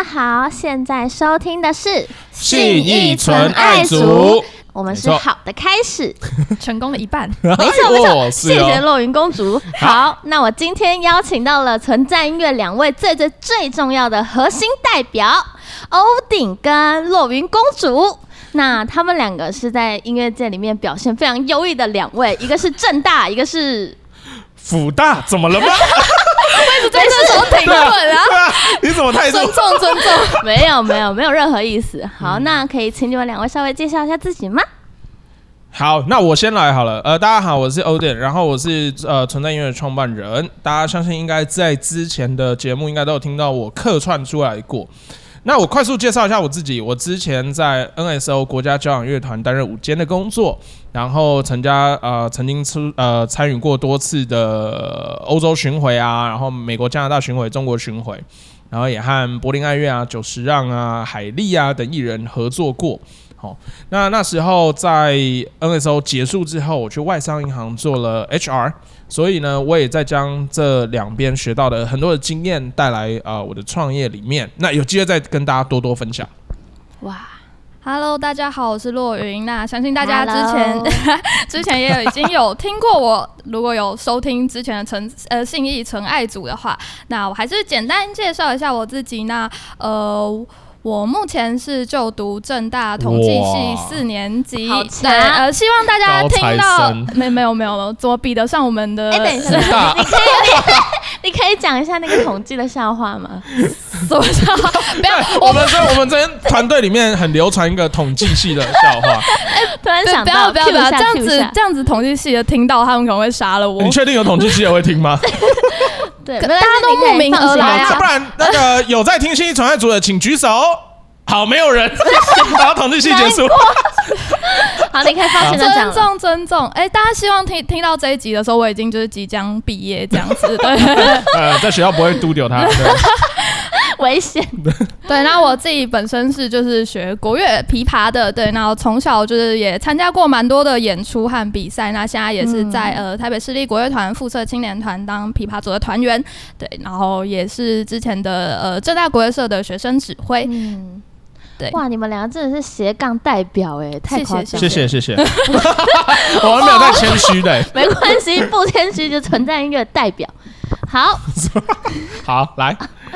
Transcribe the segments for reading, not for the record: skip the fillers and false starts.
好，现在收听的是信义纯爱组， 我们是好的开始， 成功了一半。 没错没错，谢谢谢洛云公主。好，那我今天邀请到了存在音乐两位最重要的核心代表欧鼎跟洛云公主。那他们两个是在音乐界里面表现非常优异的两位，一个是政大，一个是辅大，怎么了吗？ 为什么在这时候停顿啊？ 你怎么态度？ 尊重。 没有任何意思。好，那可以请你们两位稍微介绍一下自己吗？ 好，那我先来好了。大家好，我是欧鼎，然后我是存在音乐的创办人。大家相信应该在之前的节目应该都有听到我客串出来过。那我快速介绍一下我自己。我之前在 NSO 国家交响乐团担任舞监的工作，然后曾经参与过多次的欧洲巡回啊，然后美国、加拿大巡回、中国巡回，然后也和柏林爱乐啊、久石让啊、海莉啊等艺人合作过。好，那时候在 NSO 结束之后，我去外商银行做了 HR， 所以呢，我也在将这两边学到的很多的经验带来我的创业里面。那有机会再跟大家多多分享。 哇 ，Hello， 大家好，我是洛云。那相信大家之前也已经有听过我，如果有收听之前的信义纯爱组的话，那我还是简单介绍一下我自己。那我目前是就读政大统计系4年级，对，希望大家听到没有，怎么比得上我们的？ 等一下，你可以讲一下那个统计的笑话吗？ 什么笑话？不要， 我们这边团队里面很流传一个统计系的笑话。 突然想到， 不要，这样子统计系的听到，他们可能会杀了我。 你确定有统计系的会听吗？ 对， 大家都慕名而来啊。 不然那个有在听信义纯爱组的，请举手。好，没有人，然后统计系结束。 好，你可以放心的讲。 尊重。大家希望听到这一集的时候，我已经就是即将毕业这样子，对。 在学校不会嘟丢他。 危险。 对，那我自己本身是就是学国乐琵琶的，对，然后从小就是也参加过蛮多的演出和比赛，那现在也是在台北市立国乐团附设青年团当琵琶组的团员，对，然后也是之前的政大国乐社的学生指挥。对， 哇，你们两个真的是斜杠代表哎，太夸张了！ 谢谢，我们没有在谦虚的， 没关系，不谦虚就存在音乐代表。 好，来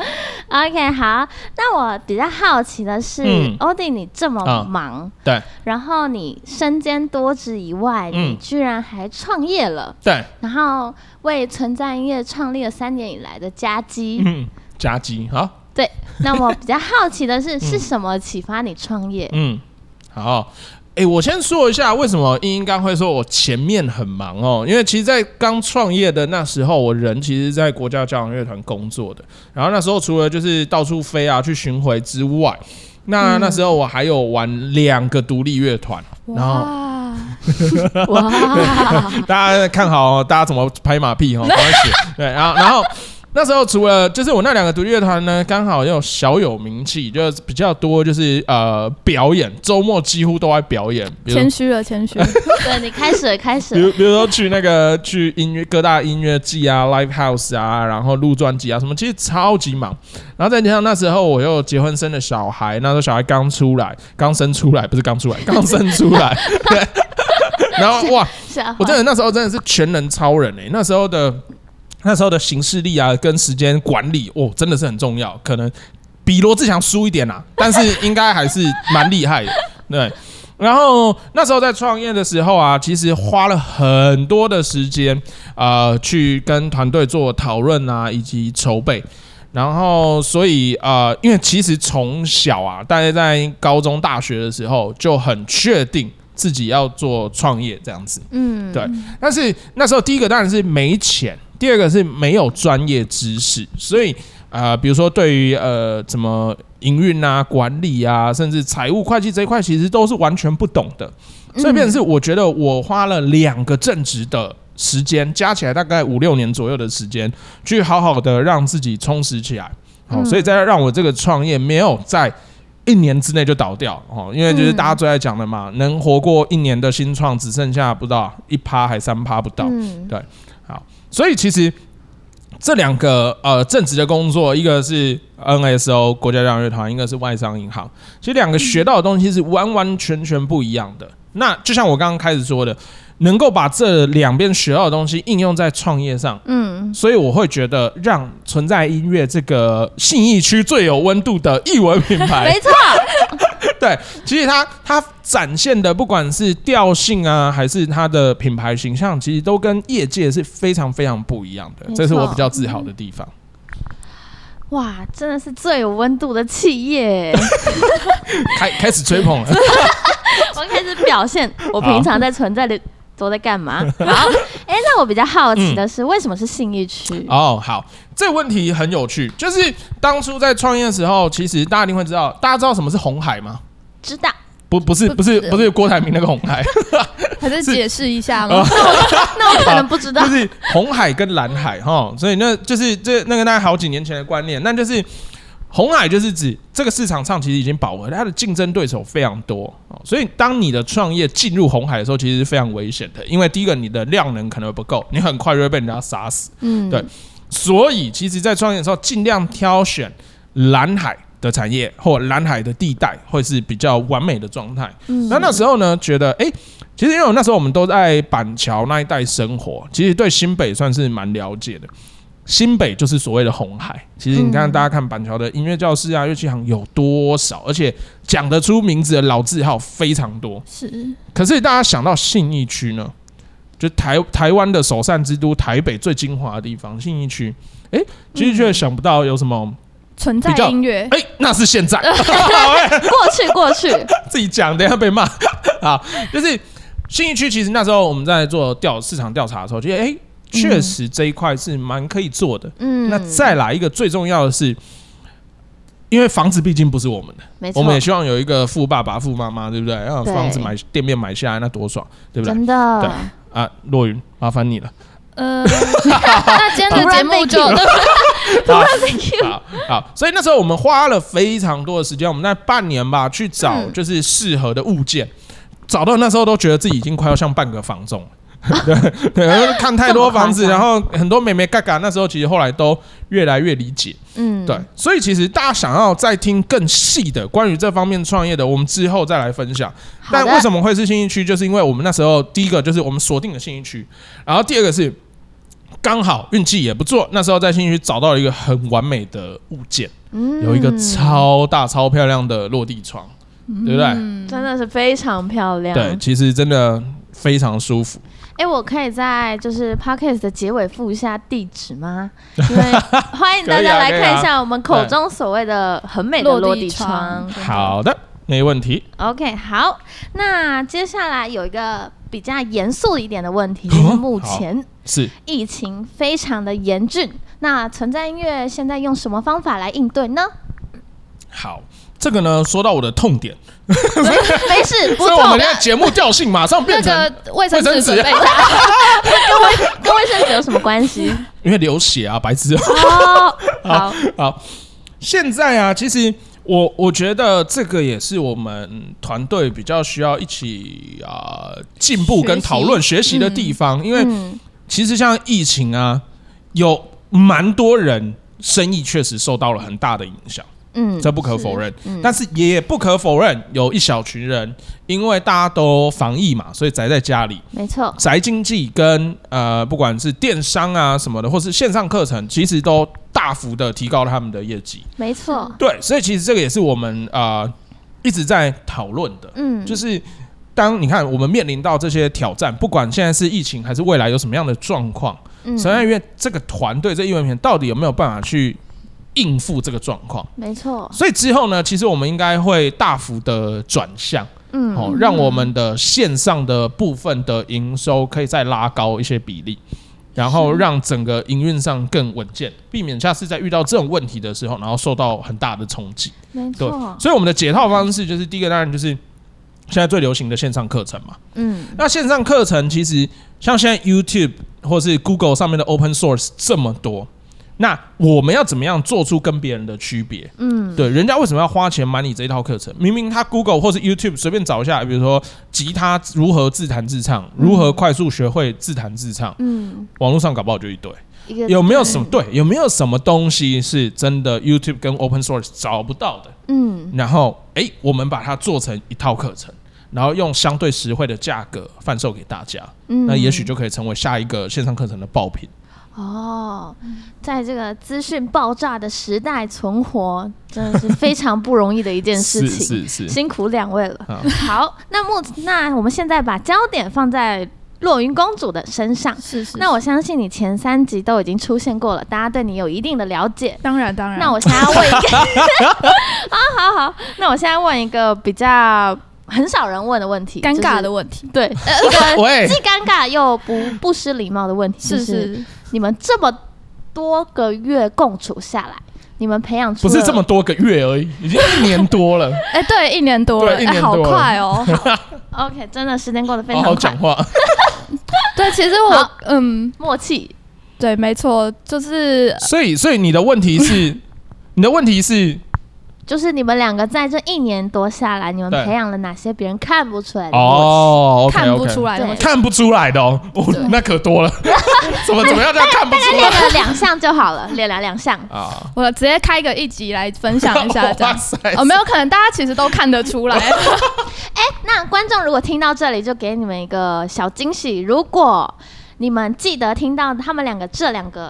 ，OK， 好。那我比较好奇的是，欧弟你这么忙， 对， 然后你身兼多职以外，你居然还创业了， 对， 然后为存在音乐创立了3年以来的家基， 家基，好。 对，那我比较好奇的是，是什么启发你创业？ 好，我先说一下为什么英刚会说我前面很忙哦，因为其实，在刚创业的那时候，我人其实在国家交响乐团工作的，然后那时候除了就是到处飞啊去巡回之外，那时候我还有玩2个独立乐团，然后。哇！大家看好大家怎么拍马屁哈，对，然后。那时候除了就是我那2个独立乐团呢，刚好又小有名气，就比较多就是表演，周末几乎都在表演。 谦虚了。 对，你开始了。 比如说去各大音乐季啊 ，live house 啊，然后录专辑啊什么，其实超级忙。然后再加上那时候我又结婚生了小孩，那时候小孩刚生出来，刚生出来。对，然后哇，我真的那时候真的是全能超人那时候的行事力啊，跟时间管理真的是很重要，可能比罗志祥输一点啦，但是应该还是蛮厉害的，对。然后那时候在创业的时候啊，其实花了很多的时间去跟团队做讨论啊，以及筹备。然后所以因为其实从小啊，大概在高中、大学的时候就很确定自己要做创业这样子，对。但是那时候第一个当然是没钱。第二个是没有专业知识，所以比如说对于怎么营运啊、管理啊，甚至财务会计这一块，其实都是完全不懂的。所以变成是我觉得我花了2个正职的时间，加起来大概5-6年左右的时间，去好好的让自己充实起来。所以再让我这个创业没有在1年之内就倒掉，因为就是大家最爱讲的嘛，能活过1年的新创只剩下不到1%还3%不到，对。好，所以其实这两个正职的工作，一个是 NSO 国家交响乐团，一个是外商银行，其实两个学到的东西是完完全全不一样的。那就像我刚刚开始说的，能够把这两边学到的东西应用在创业上，所以我会觉得让存在音乐这个信义区最有温度的艺文品牌， 没错， 对，其实它展现的不管是调性啊，还是它的品牌形象，其实都跟业界是非常非常不一样的，这是我比较自豪的地方。 哇，真的是最有温度的企业， 开始吹捧了。 我开始表现我平常在存在的都在干嘛。好，那我比较好奇的是，为什么是信义区？ 好，这个问题很有趣，就是当初在创业的时候，其实大家一定会知道，大家知道什么是红海吗？ 知道。 不是郭台铭那个红海， 还是解释一下吗？ 那我可能不知道， 就是红海跟蓝海哈，所以那就是那个大概好几年前的观念，那就是红海就是指这个市场上其实已经饱和，它的竞争对手非常多，所以当你的创业进入红海的时候，其实是非常危险的，因为第一个你的量能可能不够，你很快就会被人家杀死，对，所以其实在创业的时候尽量挑选蓝海的产业或蓝海的地带会是比较完美的状态。那时候呢，觉得其实因为那时候我们都在板桥那一带生活，其实对新北算是蛮了解的。新北就是所谓的红海，其实你看大家看板桥的音乐教室啊、乐器行有多少，而且讲得出名字的老字号非常多。 是， 可是大家想到信义区呢，就台湾的首善之都台北最精华的地方信义区，其实却想不到有什么存在音乐， 那是现在过去自己讲，等一下被骂。好，就是信义区，其实那时候我们在做市场调查的时候，觉得确实这一块是蛮可以做的。那再来一个最重要的是，因为房子毕竟不是我们的， 没错， 我们也希望有一个富爸爸、富妈妈，对不对？让房子店面买下来，那多爽，对不对？ 真的。 对啊，若云，麻烦你了。 那今天的节目就好，所以那时候我们花了非常多的时间，我们在半年吧去找就是适合的物件，找到那时候都觉得自己已经快要像半个房仲了。对，看太多房子，然后很多美眉嘎嘎，那时候其实后来都越来越理解。对，所以其实大家想要再听更细的关于这方面创业的，我们之后再来分享。但为什么会是信义区？就是因为我们那时候第一个就是我们锁定了信义区，然后第二个是刚好运气也不错，那时候在信义区找到了一个很完美的物件，有一个超大超漂亮的落地窗，对不对？ 真的是非常漂亮。 对，其实真的非常舒服。 我可以在就是 podcast 的结尾附一下地址吗？因为欢迎大家来看一下我们口中所谓的很美的落地窗。 好的，没问题。 OK， 好，那接下来有一个比较严肃一点的问题，就是目前是疫情非常的严峻，那存在音乐现在用什么方法来应对呢？ 好，这个呢说到我的痛点。 没事，不所以我们的节目调性马上变成那个卫生纸准备一下， 跟卫生纸有什么关系？ 因为流血啊，白痴。好，现在啊，其实我觉得这个也是我们团队比较需要一起进步跟讨论学习的地方，因为其实像疫情啊，有蛮多人生意确实受到了很大的影响。这不可否认，但是也不可否认，有一小群人因为大家都防疫嘛，所以宅在家里。 没错， 宅经济跟不管是电商啊什么的，或是线上课程，其实都大幅的提高了他们的业绩。 没错， 对，所以其实这个也是我们一直在讨论的。就是当你看我们面临到这些挑战，不管现在是疫情还是未来有什么样的状况，存在音乐这个团队这艺文品到底有没有办法去应付这个状况？ 没错。 所以之后呢，其实我们应该会大幅的转向，让我们的线上的部分的营收可以再拉高一些比例，然后让整个营运上更稳健，避免下次在遇到这种问题的时候，然后受到很大的冲击。 没错。 所以我们的解套方式就是第一个，当然就是现在最流行的线上课程嘛。那线上课程其实像现在 YouTube 或是 Google 上面的 Open Source 这么多。那我们要怎么样做出跟别人的区别？对，人家为什么要花钱买你这一套课程？明明他 Google 或是 YouTube 随便找一下，比如说吉他如何自弹自唱，如何快速学会自弹自唱，网络上搞不好就一堆。 有没有什么有没有什么东西是真的 YouTube 跟 Open Source 找不到的？然后我们把它做成一套课程，然后用相对实惠的价格贩售给大家，那也许就可以成为下一个线上课程的爆品。 在这个资讯爆炸的时代存活，真的是非常不容易的一件事情。是辛苦两位了。好，那我们现在把焦点放在落云公主的身上。是。那我相信你前3集都已经出现过了，大家对你有一定的了解。 当然。 那我现在要问一个，好。那我现在问一个比较很少人问的问题， 尴尬的问题。 对，一个既尴尬又不失礼貌的问题，就是你们这么多个月共处下来，你们培养出不是这么多个月而已，已经1年多了。 对，1年多了，好快哦。 OK， 真的时间过得非常快。 好好讲话。 对，其实默契。 对，没错，就是。 所以你的问题是。 就是你们两个在这1年多下来，你们培养了哪些别人看不出来的默契？ 看不出来的， 看不出来的那可多了。怎么样叫看不出来？ 大概练了2项就好了，练了2项啊。 我直接开个1集来分享一下，这样。没有可能，大家其实都看得出来。 那观众如果听到这里，就给你们一个小惊喜。如果你们记得听到他们这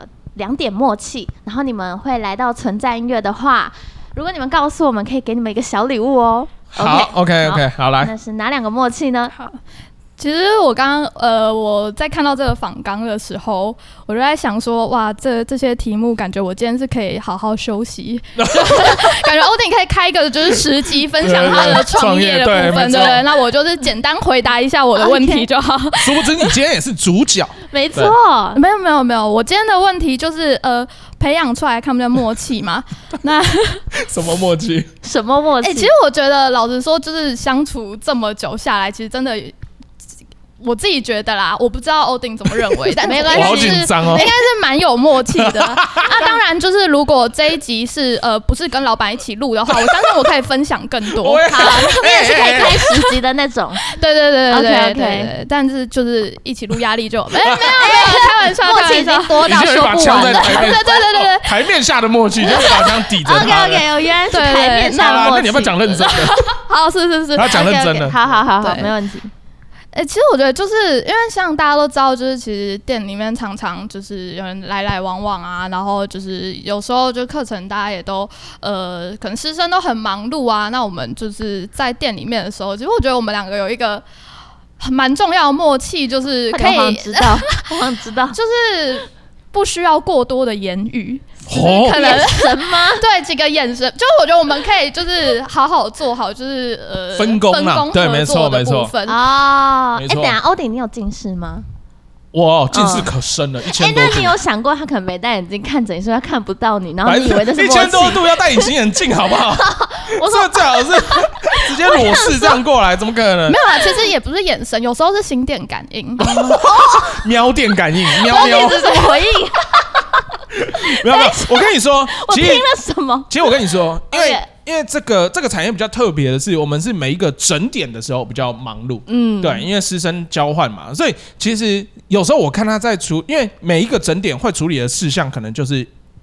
2点默契，然后你们会来到存在音乐的话。如果你们告诉我们，可以给你们一个小礼物哦。 好 ，OK， 好来。 那是哪2个默契呢？ 好，其实我刚刚我在看到这个访纲的时候，我就在想说，哇，这些题目感觉我今天是可以好好休息，感觉欧丁可以开一个就是10集分享他的创业的部分，对不对？那我就是简单回答一下我的问题就好。 殊不知你今天也是主角。 没错， 没有，我今天的问题就是培养出来看不见默契嘛？那什么默契？ 什么默契？ 其实我觉得，老实说，就是相处这么久下来，其实真的。我自己觉得啦，我不知道欧丁怎么认为，但没关系， 我好紧张哦， 应该是蛮有默契的。当然就是如果这一集是不是跟老板一起录的话，我相信我可以分享更多。 好，你也是可以开10集的那种。 对，但是就是一起录压力就没有，开玩笑， 默契已经多到说不完了。 对， 台面下的默契就是把枪抵着他。 OK， 原来是台面下的默契。 那你要不要讲认真的？ 好，是， 他讲认真的。 好，没问题。 其实我觉得就是因为像大家都知道，就是其实店里面常常就是有人来往往啊，然后就是有时候就课程大家也都可能师生都很忙碌啊，那我们就是在店里面的时候，其实我觉得我们2个有一个蛮重要的默契，就是可以我想知道， 就是不需要过多的言语。 可能眼神吗？ 对，几个眼神，就是我觉得我们可以就是好好做好，就是分工对，没错哦。等一下，欧丁，你有近视吗？ 哇，近视可深了，1000多度。 那你有想过他可能没戴眼镜看着你，说他看不到你，然后你以为那是默契？1000 多度要戴隐形眼镜，好不好？我说最好是直接裸视这样过来，怎么可能？ 没有啊，其实也不是眼神，有时候是心电感应， 喵电感应，喵。 这是什么回应？ 没有，我跟你说， 我听了什么？ 其实我跟你说，因为这个产业比较特别的是，我们是每一个整点的时候比较忙碌，对，因为师生交换嘛，所以其实有时候我看他在因为每一个整点会处理的事项可能就是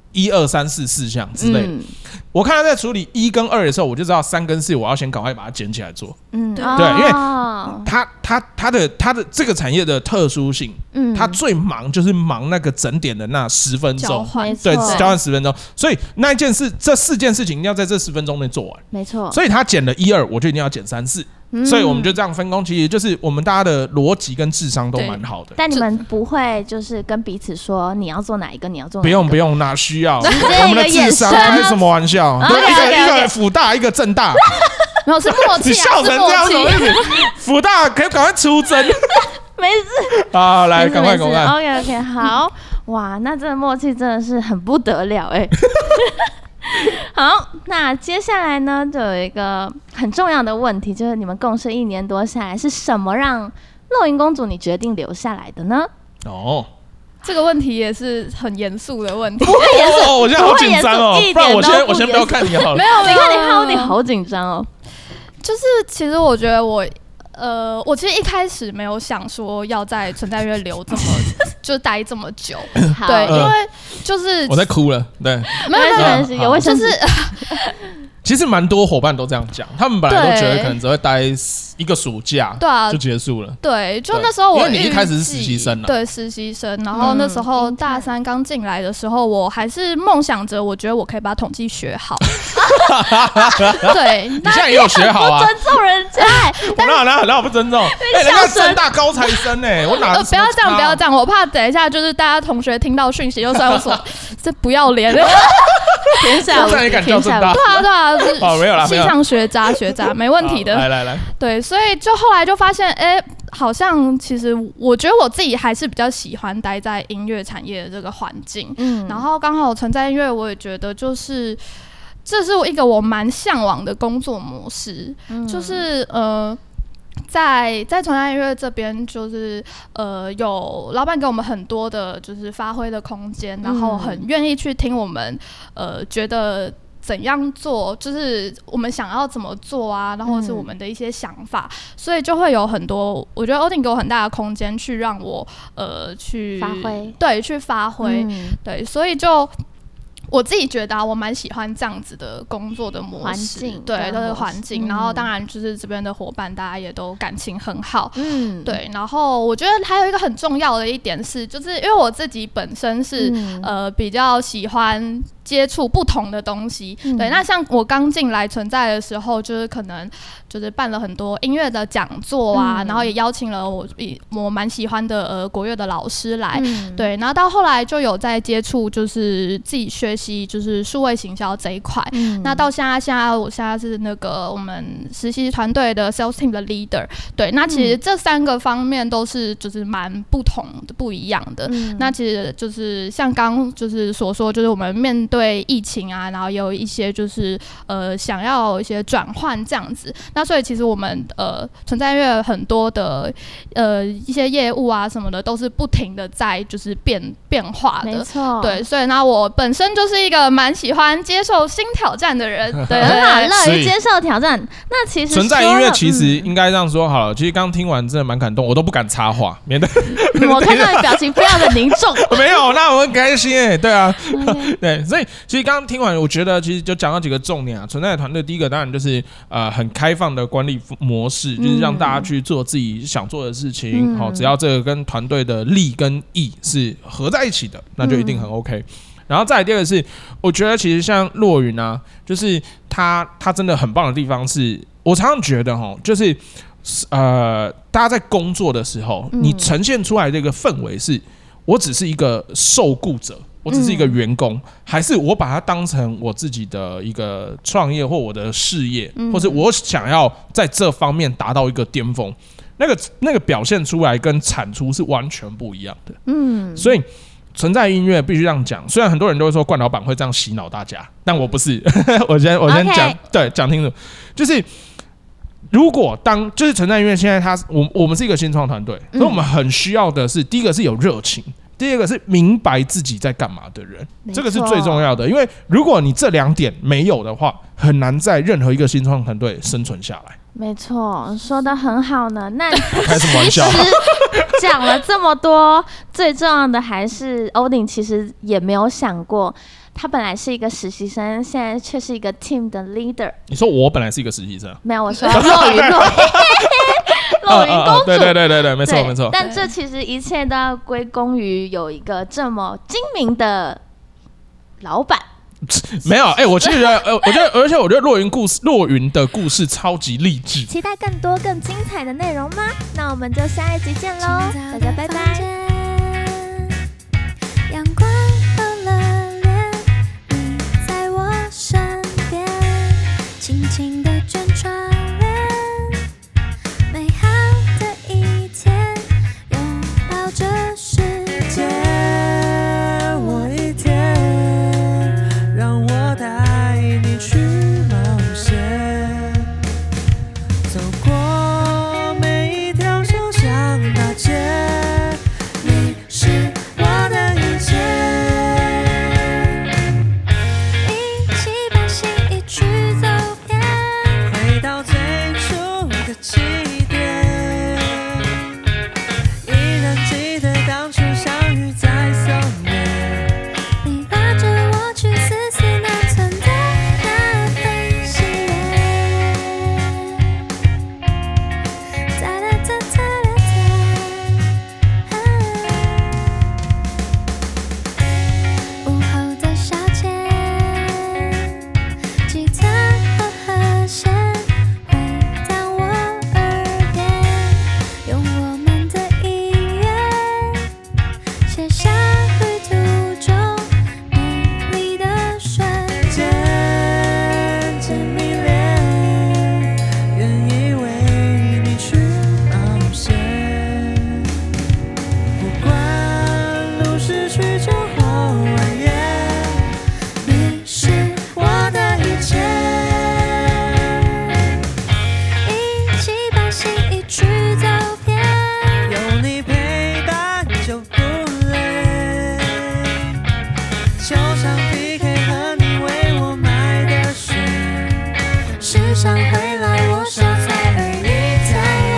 1、2、3、4 4项之类的。我看他在处理1跟2的时候，我就知道3跟4我要先赶快把它捡起来做。对，因为他的这个产业的特殊性，他最忙就是忙那个整点的那10分钟，对，交换10分钟，所以那一件事，这4件事情一定要在这10分钟内做完， 没错。 所以他捡了1、2，我就一定要捡3、4。所以我们就这样分工，其实就是我们大家的逻辑跟智商都蛮好的。 但你们不会就是跟彼此说你要做哪一个，你要做哪一个？ 不用，哪需要？我们的智商开什么玩笑？一个辅大，一个政大， 没有是默契， 你笑成这样什么意思？辅大可以赶快出征， 没事。 好，来赶快。 OK， 好，哇，那这个默契真的是很不得了好，那接下来呢，就有一个很重要的问题，就是你们共事1年多下来，是什么让露云公主你决定留下来的呢？ 这个问题也是很严肃的问题。 不会严肃， 我现在好紧张哦，不然我先不要看你好了。 没有， 你看你看你好紧张哦。 就是其实我觉得我其实一开始没有想说要在存在乐留这么就待这么久。 好对，因为就是我在哭了，对， 没有有卫生纸， 其实蛮多伙伴都这样讲，他们本来都觉得可能只会待一个暑假， 对啊， 就结束了。 对，就那时候因为你一开始是实习生， 对，实习生。然后那时候大3刚进来的时候，我还是梦想着，我觉得我可以把统计学好。对， 你现在也有学好啊， 尊重人家， 我哪有不尊重？人家政大高材生我哪不要这样，不要这样，我怕等一下就是大家同学听到讯息又算我说这不要脸。 天下无敌， 也敢叫政大？ 对啊， 没有啦， 系上学渣，没问题的。 来， 对，所以就后来就发现，好像其实我觉得我自己还是比较喜欢待在音乐产业的这个环境。然后刚好存在音乐，我也觉得就是这是一个我蛮向往的工作模式，就是在存在音乐这边，就是有老板给我们很多的，就是发挥的空间，然后很愿意去听我们觉得怎样做，就是我们想要怎么做啊，然后是我们的一些想法，所以就会有很多，我觉得欧丁给我很大的空间去让我去发挥， 对，去发挥，对，所以就。我自己觉得我蛮喜欢这样子的工作的模式，对，这个环境。然后当然就是这边的伙伴，大家也都感情很好，对。然后我觉得还有一个很重要的一点是，就是因为我自己本身是比较喜欢接触不同的东西，对。那像我刚进来存在的时候，就是可能就是办了很多音乐的讲座啊，然后也邀请了我蛮喜欢的国乐的老师来，对。然后到后来就有在接触，就是自己学习就是数位行销这一块。那到现在我现在是那个我们实习团队的 sales team 的 leader， 对。那其实这3个方面都是就是蛮不同的、不一样的。那其实就是像刚就是所说，就是我们面对疫情啊，然后也有一些就是想要有一些转换这样子。那所以其实我们存在音乐很多的一些业务啊什么的，都是不停的在就是变化的。 没错， 对。所以那我本身就是一个蛮喜欢接受新挑战的人，对， 很好，乐于接受挑战。那其实存在音乐其实应该这样说好了，其实刚听完真的蛮感动，我都不敢插话，免得我看到你表情非常的凝重。 没有，那我很开心对啊，对，所以其实刚刚听完，我觉得其实就讲到几个重点啊。存在的团队，第一个当然就是很开放的管理模式，就是让大家去做自己想做的事情，只要这个跟团队的利跟义是合在一起的，那就一定很 OK。然后再来第二个是，我觉得其实像若云啊，就是他真的很棒的地方是，我常常觉得就是大家在工作的时候，你呈现出来的一个氛围是，我只是一个受雇者，我只是一个员工，还是我把它当成我自己的一个创业或我的事业，或者我想要在这方面达到一个巅峰，那个表现出来跟产出是完全不一样的。所以存在音乐必须这样讲，虽然很多人都会说冠老板会这样洗脑大家，但我不是。我先讲，对，讲清楚，就是如果就是存在音乐现在我们是一个新创团队，所以我们很需要的是，第一个是有热情，第二个是明白自己在干嘛的人，这个是最重要的。因为如果你这2点没有的话，很难在任何一个新创团队生存下来。 没错，说得很好呢。那开什么玩笑？ 讲了这么多，最重要的还是欧丁其实也没有想过，他本来是一个实习生，现在却是一个 team 的 leader。 你说我本来是一个实习生？ 没有，我说若云公主。 对，没错。 但这其实一切都要归功于有一个这么精明的老板。 没有，我其实而且我觉得若云的故事超级励志。 期待更多更精彩的内容吗？那我们就下一集见喽，大家拜拜。阳光透了脸，你在我身边，轻轻地卷窗帘，美好的一天，拥抱这世界。我一天，让我带你去冒险，走过每一条小巷大街， 回来我手菜而你在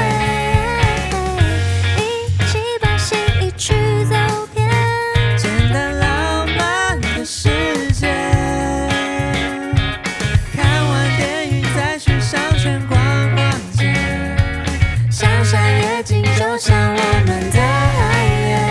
味，一起把心意去走遍简单浪漫的世界。看完电影再去商圈逛逛街，想象夜景就像我们的爱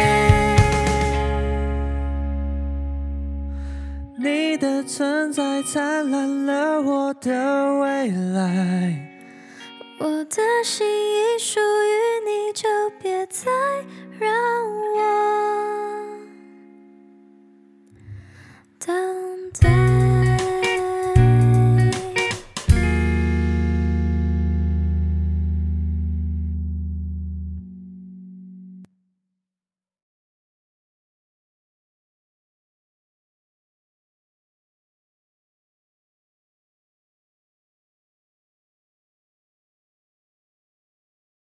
恋。你的存在灿烂了我的未来，我的心已属于你，就别再让我等待。